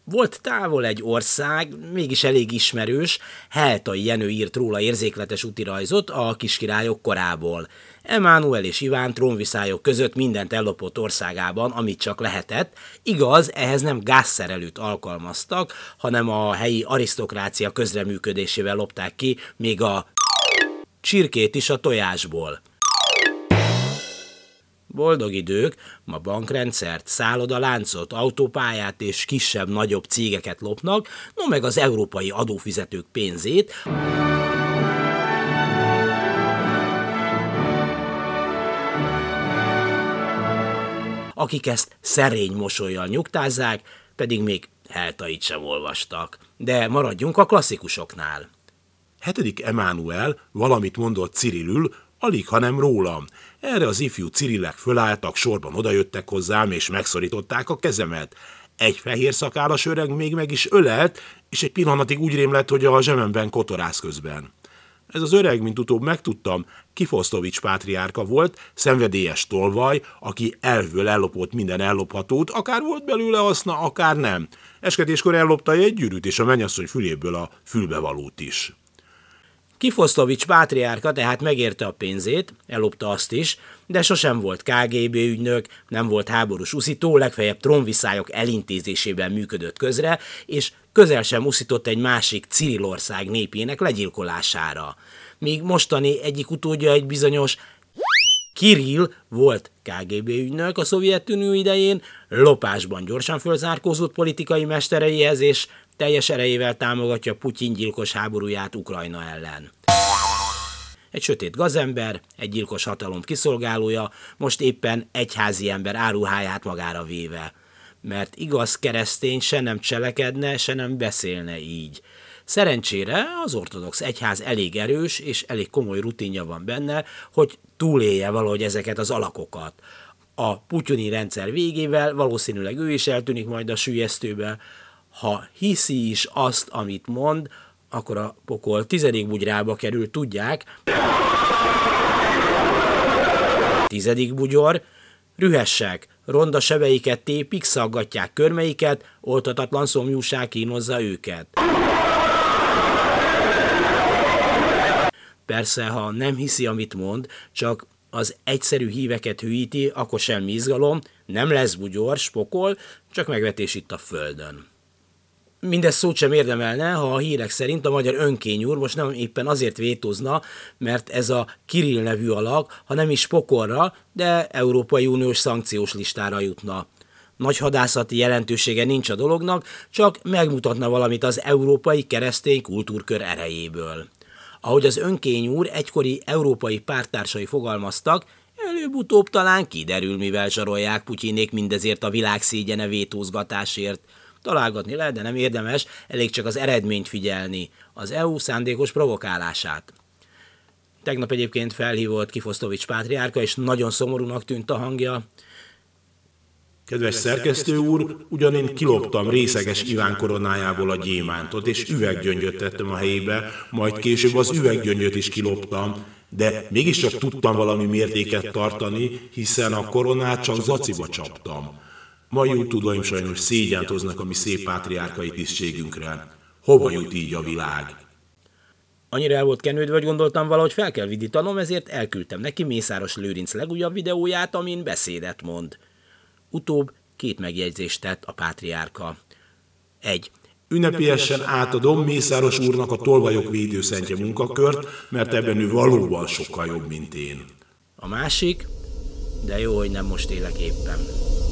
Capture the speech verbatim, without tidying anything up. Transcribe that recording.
Volt távol egy ország, mégis elég ismerős, Heltai Jenő írt róla érzékletes útirajzot a kiskirályok korából. Emánuel és Iván trónviszályok között mindent ellopott országában, amit csak lehetett. Igaz, ehhez nem gázszerelőt alkalmaztak, hanem a helyi arisztokrácia közreműködésével lopták ki még a csirkét is a tojásból. Boldog idők, ma bankrendszert, szállodaláncot, autópályát és kisebb-nagyobb cégeket lopnak, no meg az európai adófizetők pénzét, akik ezt szerény mosollyal nyugtázzák, pedig még Heltait sem olvastak. De maradjunk a klasszikusoknál. Hetedik Emánuel valamit mondott Cirilül, alig, hanem rólam. Erre az ifjú Cirillek fölálltak, sorban odajöttek hozzám, és megszorították a kezemet. Egy fehér szakállas öreg még meg is ölelt, és egy pillanatig úgy rémlett, hogy a zsebemben kotorász közben. Ez az öreg, mint utóbb megtudtam, Kifosztovics pátriárka volt, szenvedélyes tolvaj, aki elvből ellopott minden ellophatót, akár volt belőle haszna, akár nem. Eskedéskor ellopta egy gyűrűt, és a mennyasszony füléből a fülbevalót is. Kifosztovics pátriárka tehát megérte a pénzét, ellopta azt is, de sosem volt ká gé bé ügynök, nem volt háborús uszító, legfeljebb trónviszályok elintézésében működött közre, és közel sem uszított egy másik Cirillország népének legyilkolására. Míg mostani egyik utódja, egy bizonyos Kirill volt ká gé bé ügynök a Szovjetunió idején, lopásban gyorsan fölzárkózott politikai mestereihez, és teljes erejével támogatja Putyin gyilkos háborúját Ukrajna ellen. Egy sötét gazember, egy gyilkos hatalom kiszolgálója, most éppen egyházi ember áruháját magára véve. Mert igaz keresztény se nem cselekedne, se nem beszélne így. Szerencsére az ortodox egyház elég erős és elég komoly rutinja van benne, hogy túlélje valahogy ezeket az alakokat. A putyini rendszer végével valószínűleg ő is eltűnik majd a süllyesztőbe. Ha hiszi is azt, amit mond, akkor a pokol tizedik bugyrába kerül, tudják. Tizedik bugyor, rühessek, ronda sebeiket tépik, szaggatják körmeiket, oltatatlan szomjúság kínozza őket. Persze, ha nem hiszi, amit mond, csak az egyszerű híveket hűíti, akkor semmi izgalom, nem lesz bugyor, spokol, csak megvetés itt a földön. Mindez szót sem érdemelne, ha a hírek szerint a magyar önkényúr most nem éppen azért vétózna, mert ez a Kirill nevű alak, ha nem is pokolra, de Európai Uniós szankciós listára jutna. Nagy hadászati jelentősége nincs a dolognak, csak megmutatna valamit az európai keresztény kultúrkör erejéből. Ahogy az önkényúr egykori európai párttársai fogalmaztak, előbb-utóbb talán kiderül, mivel zsarolják Putyinék mindezért a világ szégyene vétózgatásért. Találgatni lehet, de nem érdemes, elég csak az eredményt figyelni, az é u szándékos provokálását. Tegnap egyébként felhívott Kifosztovics pátriárka, és nagyon szomorúnak tűnt a hangja. Kedves szerkesztő úr, ugyan én kiloptam részeges Iván koronájából a gyémántot, és üveggyöngyöt tettem a helyébe, majd később az üveggyöngyöt is kiloptam, de mégiscsak tudtam valami mértéket tartani, hiszen a koronát csak zaciba csaptam. Mai utódaim sajnos szégyent hoznak a mi szép pátriárkai tisztségünkre. Hova jut így a világ? Annyira el volt kenődve, hogy gondoltam valahogy fel kell vidítanom, ezért elküldtem neki Mészáros Lőrinc legújabb videóját, amin beszédet mond. Utóbb két megjegyzést tett a pátriárka. Egy. Ünnepélyesen átadom Mészáros úrnak a tolvajok védőszentje munkakört, mert ebben ő valóban sokkal jobb, mint én. A másik, de jó, hogy nem most élek éppen.